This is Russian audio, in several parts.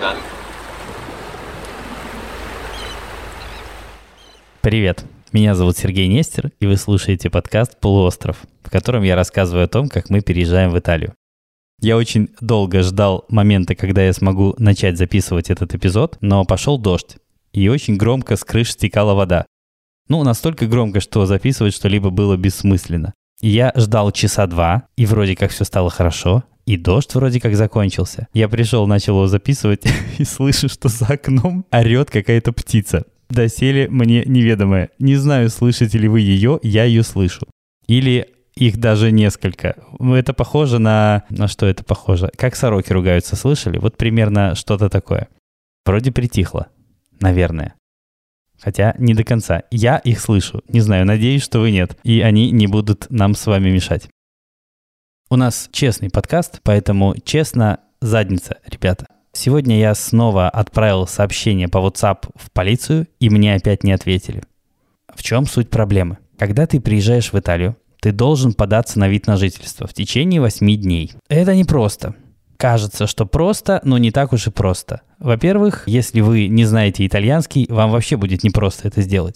Богдан. Привет, меня зовут Сергей Нестер, и вы слушаете подкаст «Полуостров», в котором я рассказываю о том, как мы переезжаем в Италию. Я очень долго ждал момента, когда я смогу начать записывать этот эпизод, но пошел дождь, и очень громко с крыш стекала вода. Настолько громко, что записывать что-либо было бессмысленно. И я ждал часа 2, и вроде как все стало хорошо, и дождь вроде как закончился. Я пришел, начал его записывать, и слышу, что за окном орет какая-то птица. Доселе мне неведомая. Не знаю, слышите ли вы ее, я ее слышу. Или их даже несколько. Это похоже на... На что это похоже? Как сороки ругаются, слышали? Вот примерно что-то такое. Вроде притихло. Наверное. Хотя не до конца. Я их слышу. Не знаю, надеюсь, что вы нет. И они не будут нам с вами мешать. У нас честный подкаст, поэтому честно задница, ребята. Сегодня я снова отправил сообщение по WhatsApp в полицию, и мне опять не ответили. В чем суть проблемы? Когда ты приезжаешь в Италию, ты должен податься на вид на жительство в течение 8 дней. Это непросто. Кажется, что просто, но не так уж и просто. Во-первых, если вы не знаете итальянский, вам вообще будет непросто это сделать.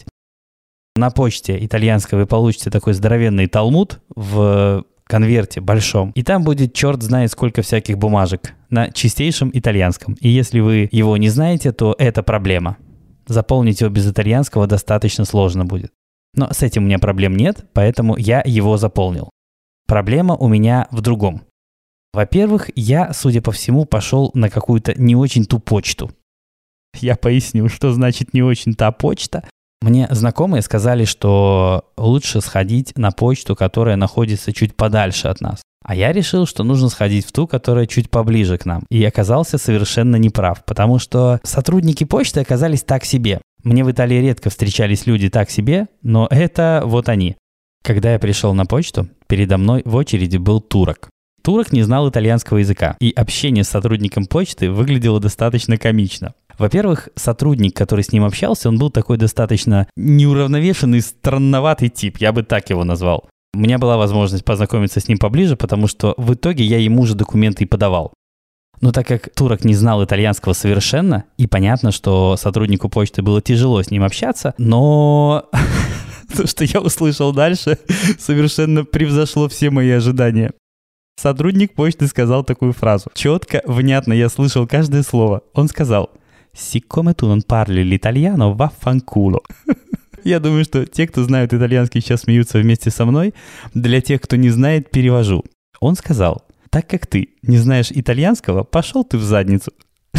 На почте итальянской вы получите такой здоровенный талмуд в конверте большом, и там будет черт знает сколько всяких бумажек на чистейшем итальянском. И если вы его не знаете, то это проблема. Заполнить его без итальянского достаточно сложно будет. Но с этим у меня проблем нет, поэтому я его заполнил. Проблема у меня в другом. Во-первых, я, судя по всему, пошел на какую-то не очень ту почту. Я поясню, что значит не очень та почта. Мне знакомые сказали, что лучше сходить на почту, которая находится чуть подальше от нас. А я решил, что нужно сходить в ту, которая чуть поближе к нам. И оказался совершенно неправ, потому что сотрудники почты оказались так себе. Мне в Италии редко встречались люди так себе, но это вот они. Когда я пришел на почту, передо мной в очереди был турок. Турок не знал итальянского языка, и общение с сотрудником почты выглядело достаточно комично. Во-первых, сотрудник, который с ним общался, он был такой достаточно неуравновешенный, странноватый тип, я бы так его назвал. У меня была возможность познакомиться с ним поближе, потому что в итоге я ему же документы и подавал. Но так как турок не знал итальянского совершенно, и понятно, что сотруднику почты было тяжело с ним общаться, но то, что я услышал дальше, совершенно превзошло все мои ожидания. Сотрудник почты сказал такую фразу. Четко, внятно, я слышал каждое слово. Он сказал: «Siccome tu non parli l'italiano, vaffanculo». Я думаю, что те, кто знают итальянский, сейчас смеются вместе со мной. Для тех, кто не знает, перевожу. Он сказал: «Так как ты не знаешь итальянского, пошел ты в задницу».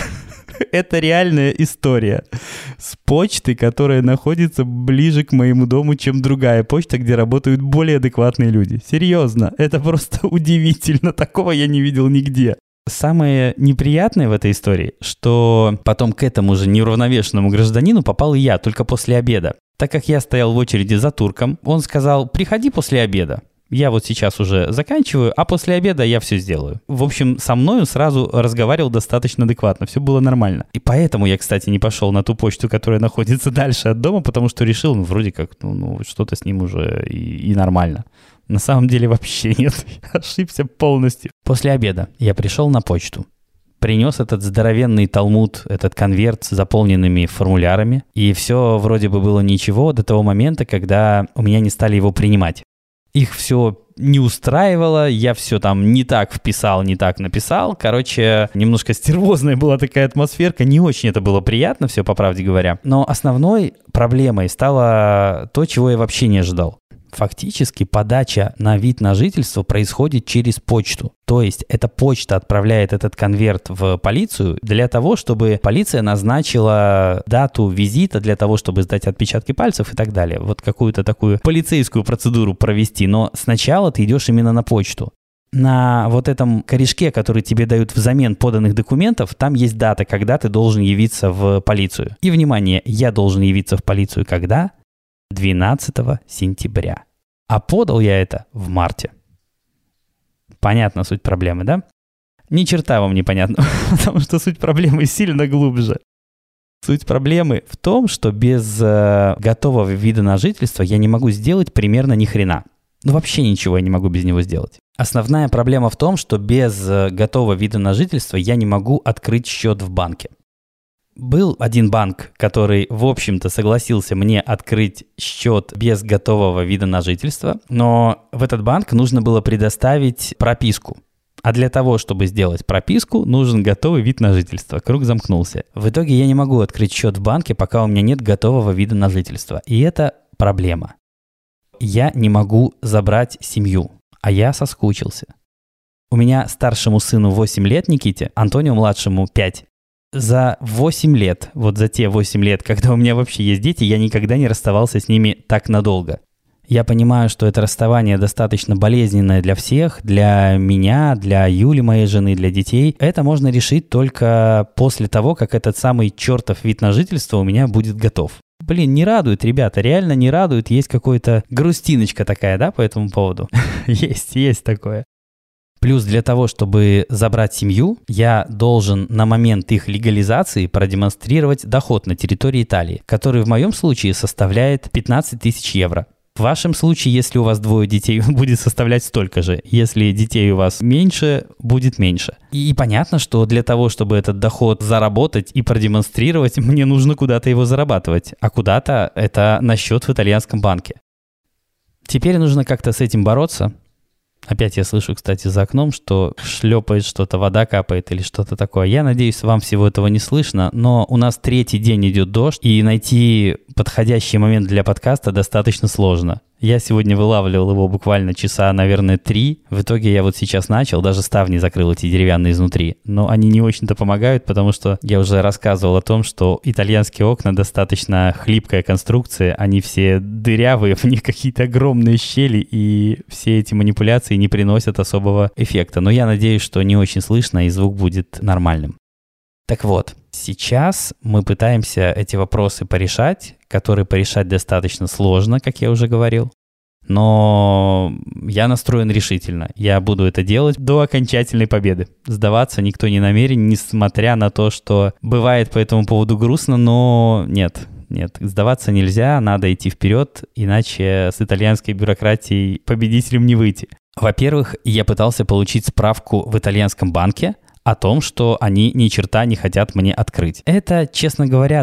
Это реальная история с почты, которая находится ближе к моему дому, чем другая почта, где работают более адекватные люди. Серьезно, это просто удивительно. Такого я не видел нигде. Самое неприятное в этой истории, что потом к этому же неуравновешенному гражданину попал и я, только после обеда. Так как я стоял в очереди за турком, он сказал: «Приходи после обеда. Я вот сейчас уже заканчиваю, а после обеда я все сделаю». В общем, со мной он сразу разговаривал достаточно адекватно, все было нормально. И поэтому я, кстати, не пошел на ту почту, которая находится дальше от дома, потому что решил, вроде как, что-то с ним уже и нормально. На самом деле вообще нет, я ошибся полностью. После обеда я пришел на почту. Принес этот здоровенный талмуд, этот конверт с заполненными формулярами, и все вроде бы было ничего до того момента, когда у меня не стали его принимать. Их все не устраивало, я все там не так вписал, не так написал. Короче, немножко стервозная была такая атмосферка, не очень это было приятно, все по правде говоря. Но основной проблемой стало то, чего я вообще не ожидал. Фактически подача на вид на жительство происходит через почту. То есть эта почта отправляет этот конверт в полицию для того, чтобы полиция назначила дату визита, для того, чтобы сдать отпечатки пальцев и так далее. Вот какую-то такую полицейскую процедуру провести. Но сначала ты идешь именно на почту. На вот этом корешке, который тебе дают взамен поданных документов, там есть дата, когда ты должен явиться в полицию. И, внимание, я должен явиться в полицию когда? 12 сентября. А подал я это в марте. Понятна суть проблемы, да? Ни черта вам не понятно, потому что суть проблемы сильно глубже. Суть проблемы в том, что без готового вида на жительство я не могу сделать примерно ни хрена. Вообще ничего я не могу без него сделать. Основная проблема в том, что без готового вида на жительство я не могу открыть счет в банке. Был один банк, который, в общем-то, согласился мне открыть счет без готового вида на жительство, но в этот банк нужно было предоставить прописку. А для того, чтобы сделать прописку, нужен готовый вид на жительство. Круг замкнулся. В итоге я не могу открыть счет в банке, пока у меня нет готового вида на жительство. И это проблема. Я не могу забрать семью, а я соскучился. У меня старшему сыну 8 лет, Никите, Антонио младшему 5. За 8 лет, вот за те 8 лет, когда у меня вообще есть дети, я никогда не расставался с ними так надолго. Я понимаю, что это расставание достаточно болезненное для всех, для меня, для Юли, моей жены, для детей. Это можно решить только после того, как этот самый чертов вид на жительство у меня будет готов. Блин, не радует, ребята, реально не радует. Есть какая-то грустиночка такая, да, по этому поводу? Есть такое. Плюс для того, чтобы забрать семью, я должен на момент их легализации продемонстрировать доход на территории Италии, который в моем случае составляет 15 тысяч евро. В вашем случае, если у вас 2 детей, он будет составлять столько же. Если детей у вас меньше, будет меньше. И понятно, что для того, чтобы этот доход заработать и продемонстрировать, мне нужно куда-то его зарабатывать. А куда-то это на счет в итальянском банке. Теперь нужно как-то с этим бороться. Опять я слышу, кстати, за окном, что шлепает что-то, вода капает или что-то такое. Я надеюсь, вам всего этого не слышно, но у нас 3-й день идет дождь, и найти подходящий момент для подкаста достаточно сложно. Я сегодня вылавливал его буквально часа, наверное, 3. В итоге я вот сейчас начал, даже ставни закрыл эти деревянные изнутри. Но они не очень-то помогают, потому что я уже рассказывал о том, что итальянские окна достаточно хлипкая конструкция. Они все дырявые, в них какие-то огромные щели, и все эти манипуляции не приносят особого эффекта. Но я надеюсь, что не очень слышно, и звук будет нормальным. Так вот, сейчас мы пытаемся эти вопросы порешать, которые порешать достаточно сложно, как я уже говорил. Но я настроен решительно. Я буду это делать до окончательной победы. Сдаваться никто не намерен, несмотря на то, что бывает по этому поводу грустно, но нет, сдаваться нельзя, надо идти вперед, иначе с итальянской бюрократией победителем не выйти. Во-первых, я пытался получить справку в итальянском банке о том, что они ни черта не хотят мне открыть. Это, честно говоря,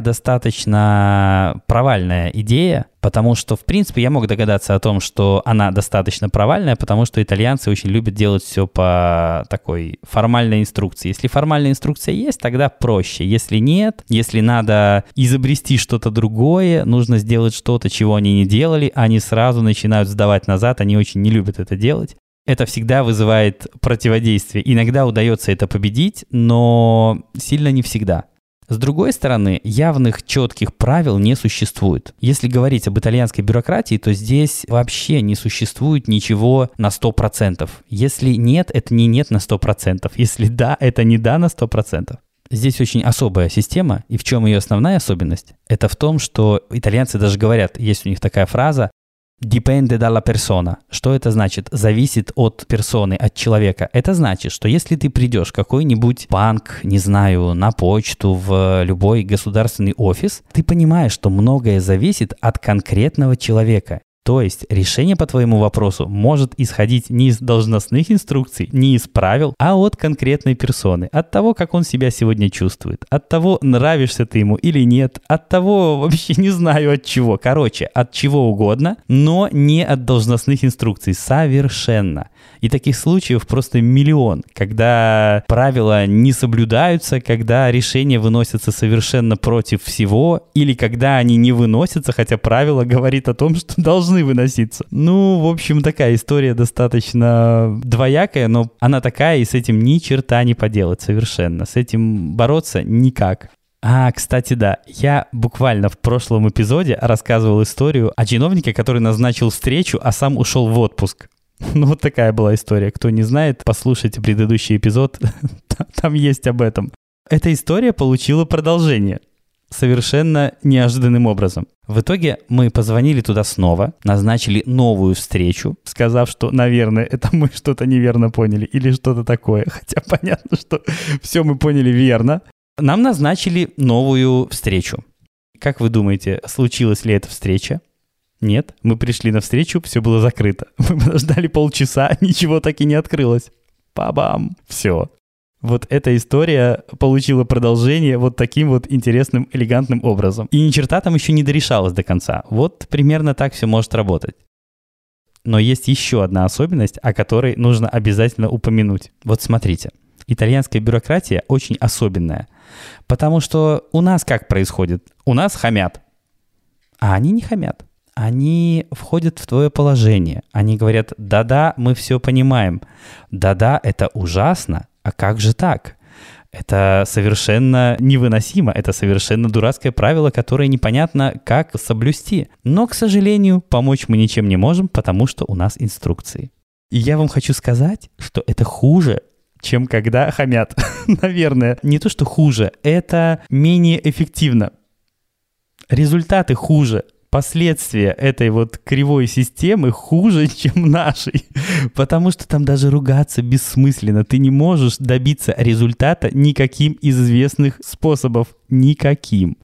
достаточно провальная идея, потому что, в принципе, я мог догадаться о том, что она достаточно провальная, потому что итальянцы очень любят делать все по такой формальной инструкции. Если формальная инструкция есть, тогда проще. Если нет, если надо изобрести что-то другое, нужно сделать что-то, чего они не делали, они сразу начинают сдавать назад, они очень не любят это делать. Это всегда вызывает противодействие. Иногда удается это победить, но сильно не всегда. С другой стороны, явных четких правил не существует. Если говорить об итальянской бюрократии, то здесь вообще не существует ничего на 100%. Если нет, это не нет на 100%. Если да, это не да на 100%. Здесь очень особая система, и в чем ее основная особенность? Это в том, что итальянцы даже говорят, есть у них такая фраза «dipende dalla persona». Что это значит? Зависит от персоны, от человека. Это значит, что если ты придешь в какой-нибудь банк, не знаю, на почту, в любой государственный офис, ты понимаешь, что многое зависит от конкретного человека. То есть решение по твоему вопросу может исходить не из должностных инструкций, не из правил, а от конкретной персоны, от того, как он себя сегодня чувствует, от того, нравишься ты ему или нет, от того, вообще не знаю от чего. Короче, от чего угодно, но не от должностных инструкций. Совершенно. И таких случаев просто миллион, когда правила не соблюдаются, когда решения выносятся совершенно против всего, или когда они не выносятся, хотя правило говорит о том, что должны выноситься. Ну, в общем, такая история достаточно двоякая, но она такая, и с этим ни черта не поделать совершенно. С этим бороться никак. Кстати, да, я буквально в прошлом эпизоде рассказывал историю о чиновнике, который назначил встречу, а сам ушел в отпуск. Ну, вот такая была история. Кто не знает, послушайте предыдущий эпизод, там есть об этом. Эта история получила продолжение. Совершенно неожиданным образом. В итоге мы позвонили туда снова, назначили новую встречу, сказав, что, наверное, это мы что-то неверно поняли или что-то такое. Хотя понятно, что все мы поняли верно. Нам назначили новую встречу. Как вы думаете, случилась ли эта встреча? Нет, мы пришли на встречу, все было закрыто. Мы подождали полчаса, ничего так и не открылось. Па-бам! Все. Вот эта история получила продолжение вот таким вот интересным, элегантным образом. И ни черта там еще не дорешалась до конца. Вот примерно так все может работать. Но есть еще одна особенность, о которой нужно обязательно упомянуть. Вот смотрите, итальянская бюрократия очень особенная. Потому что у нас как происходит? У нас хамят, а они не хамят. Они входят в твое положение. Они говорят: да-да, мы все понимаем. Да-да, это ужасно. А как же так? Это совершенно невыносимо. Это совершенно дурацкое правило, которое непонятно, как соблюсти. Но, к сожалению, помочь мы ничем не можем, потому что у нас инструкции. И я вам хочу сказать, что это хуже, чем когда хамят. Наверное. Не то, что хуже, это менее эффективно. Результаты хуже. Последствия этой вот кривой системы хуже, чем нашей. Потому что там даже ругаться бессмысленно. Ты не можешь добиться результата никаким из известных способов. Никаким.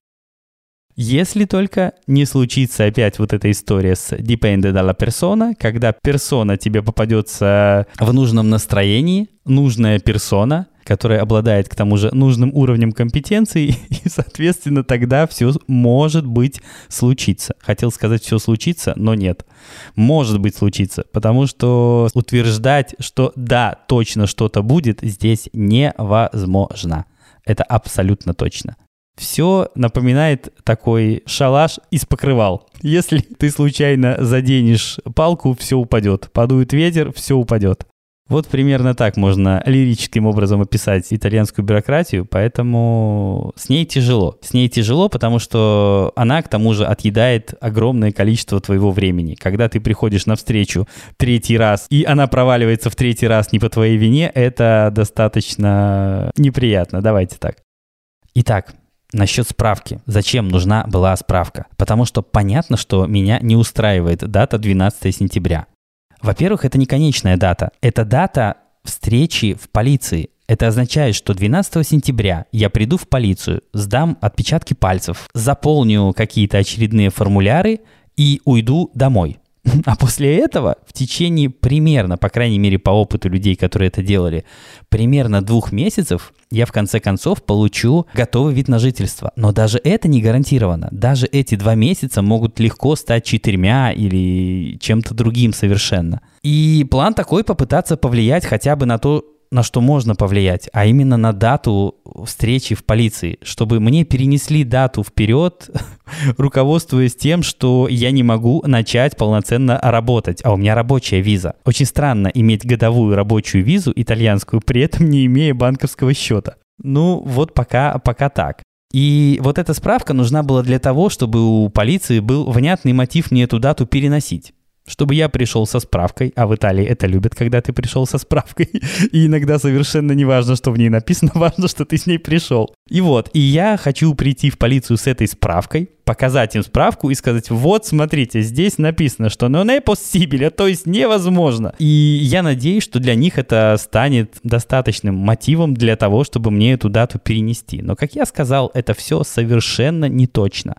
Если только не случится опять вот эта история с dipende dalla persona, когда персона тебе попадется в нужном настроении, нужная персона, которая обладает к тому же нужным уровнем компетенции, и, соответственно, тогда все может быть случится. Хотел сказать все случится, но нет. Может быть случится, потому что утверждать, что да, точно что-то будет, здесь невозможно. Это абсолютно точно. Все напоминает такой шалаш из покрывал. Если ты случайно заденешь палку, все упадет. Подует ветер, все упадет. Вот примерно так можно лирическим образом описать итальянскую бюрократию, поэтому с ней тяжело. С ней тяжело, потому что она, к тому же, отъедает огромное количество твоего времени. Когда ты приходишь на встречу третий раз, и она проваливается в третий раз не по твоей вине, это достаточно неприятно. Давайте так. Итак, насчет справки. Зачем нужна была справка? Потому что понятно, что меня не устраивает дата 12 сентября. Во-первых, это не конечная дата. Это дата встречи в полиции. Это означает, что 12 сентября я приду в полицию, сдам отпечатки пальцев, заполню какие-то очередные формуляры и уйду домой. А после этого в течение примерно, по крайней мере по опыту людей, которые это делали, примерно 2 месяцев я в конце концов получу готовый вид на жительство. Но даже это не гарантировано. Даже эти 2 месяца могут легко стать 4 или чем-то другим совершенно. И план такой: попытаться повлиять хотя бы на то, на что можно повлиять, а именно на дату встречи в полиции, чтобы мне перенесли дату вперед, руководствуясь тем, что я не могу начать полноценно работать, а у меня рабочая виза. Очень странно иметь годовую рабочую визу итальянскую, при этом не имея банковского счета. Ну, вот пока так. И вот эта справка нужна была для того, чтобы у полиции был внятный мотив мне эту дату переносить. Чтобы я пришел со справкой, а в Италии это любят, когда ты пришел со справкой, и иногда совершенно не важно, что в ней написано, важно, что ты с ней пришел. И я хочу прийти в полицию с этой справкой, показать им справку и сказать: вот, смотрите, здесь написано, что non è possibile, то есть невозможно. И я надеюсь, что для них это станет достаточным мотивом для того, чтобы мне эту дату перенести. Но, как я сказал, это все совершенно не точно.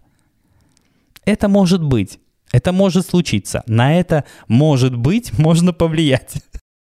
Это может быть. Это может случиться. На это, может быть, можно повлиять.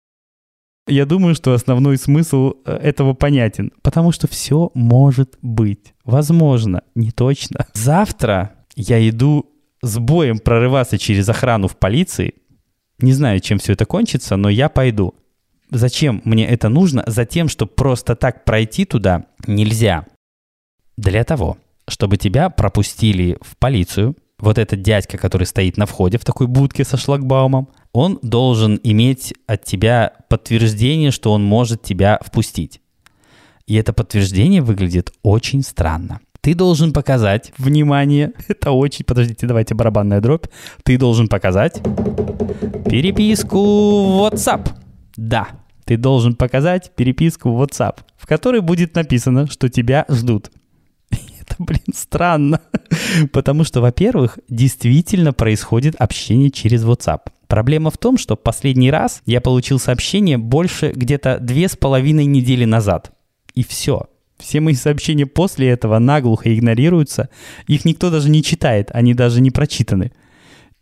Я думаю, что основной смысл этого понятен. Потому что все может быть. Возможно, не точно. Завтра я иду с боем прорываться через охрану в полиции. Не знаю, чем все это кончится, но я пойду. Зачем мне это нужно? Затем, что просто так пройти туда нельзя. Для того, чтобы тебя пропустили в полицию, вот этот дядька, который стоит на входе в такой будке со шлагбаумом, он должен иметь от тебя подтверждение, что он может тебя впустить. И это подтверждение выглядит очень странно. Ты должен показать, внимание, это очень, подождите, давайте барабанная дробь. Ты должен показать переписку в WhatsApp. Да, ты должен показать переписку в WhatsApp, в которой будет написано, что тебя ждут. Это, странно. Потому что, во-первых, действительно происходит общение через WhatsApp. Проблема в том, что последний раз я получил сообщение больше где-то 2,5 недели назад. И все. Все мои сообщения после этого наглухо игнорируются. Их никто даже не читает, они даже не прочитаны.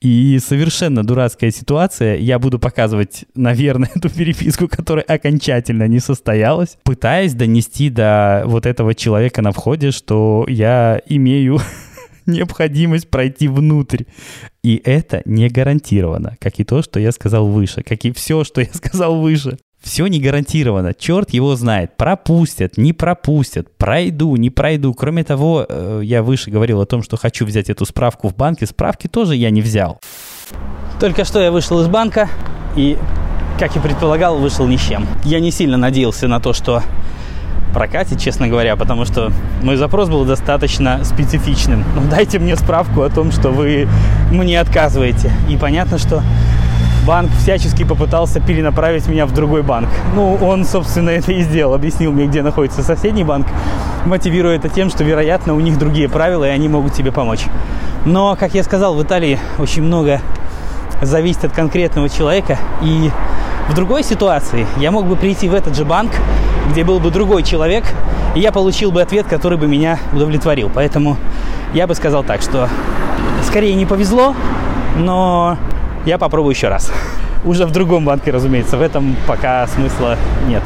И совершенно дурацкая ситуация. Я буду показывать, наверное, эту переписку, которая окончательно не состоялась, пытаясь донести до вот этого человека на входе, что я имею необходимость пройти внутрь. И это не гарантировано, как и то, что я сказал выше, как и все, что я сказал выше. Все не гарантировано. Черт его знает. Пропустят, не пропустят, пройду, не пройду. Кроме того, я выше говорил о том, что хочу взять эту справку в банке. Справки тоже я не взял. Только что я вышел из банка и, как и предполагал, вышел ни с чем. Я не сильно надеялся на то, что прокатит, честно говоря, потому что мой запрос был достаточно специфичным. Ну, дайте мне справку о том, что вы мне отказываете. И понятно, что банк всячески попытался перенаправить меня в другой банк. Ну, он, собственно, это и сделал. Объяснил мне, где находится соседний банк, мотивируя это тем, что, вероятно, у них другие правила, и они могут тебе помочь. Но, как я сказал, в Италии очень много зависит от конкретного человека. И в другой ситуации я мог бы прийти в этот же банк, где был бы другой человек, и я получил бы ответ, который бы меня удовлетворил. Поэтому я бы сказал так, что скорее не повезло, но я попробую еще раз. Уже в другом банке, разумеется. В этом пока смысла нет.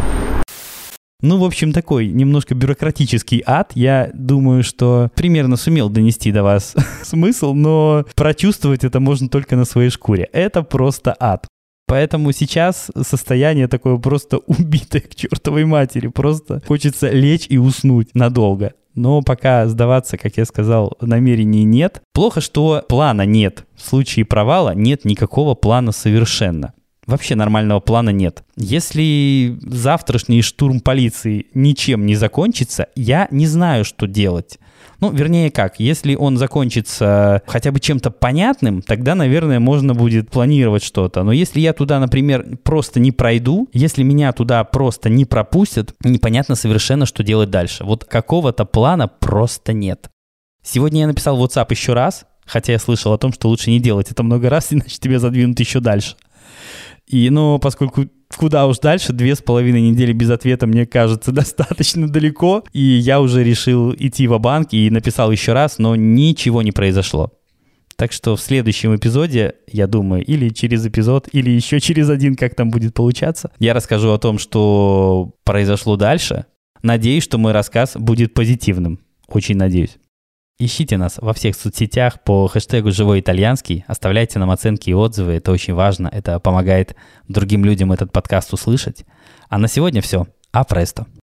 Ну, в общем, такой немножко бюрократический ад. Я думаю, что примерно сумел донести до вас смысл, но прочувствовать это можно только на своей шкуре. Это просто ад. Поэтому сейчас состояние такое просто убитое к чертовой матери. Просто хочется лечь и уснуть надолго. Но пока сдаваться, как я сказал, намерений нет. Плохо, что плана нет. В случае провала нет никакого плана совершенно. Вообще нормального плана нет. Если завтрашний штурм полиции ничем не закончится, я не знаю, что делать. Ну, вернее как, если он закончится хотя бы чем-то понятным, тогда, наверное, можно будет планировать что-то. Но если я туда, например, просто не пройду, если меня туда просто не пропустят, непонятно совершенно, что делать дальше. Вот какого-то плана просто нет. Сегодня я написал в WhatsApp еще раз, хотя я слышал о том, что лучше не делать это много раз, иначе тебя задвинут еще дальше. Но поскольку куда уж дальше, 2,5 недели без ответа, мне кажется, достаточно далеко. И я уже решил идти ва-банк и написал еще раз, но ничего не произошло. Так что в следующем эпизоде, я думаю, или через эпизод, или еще через один, как там будет получаться, я расскажу о том, что произошло дальше. Надеюсь, что мой рассказ будет позитивным. Очень надеюсь. Ищите нас во всех соцсетях по хэштегу «Живой итальянский». Оставляйте нам оценки и отзывы. Это очень важно. Это помогает другим людям этот подкаст услышать. А на сегодня все. А престо.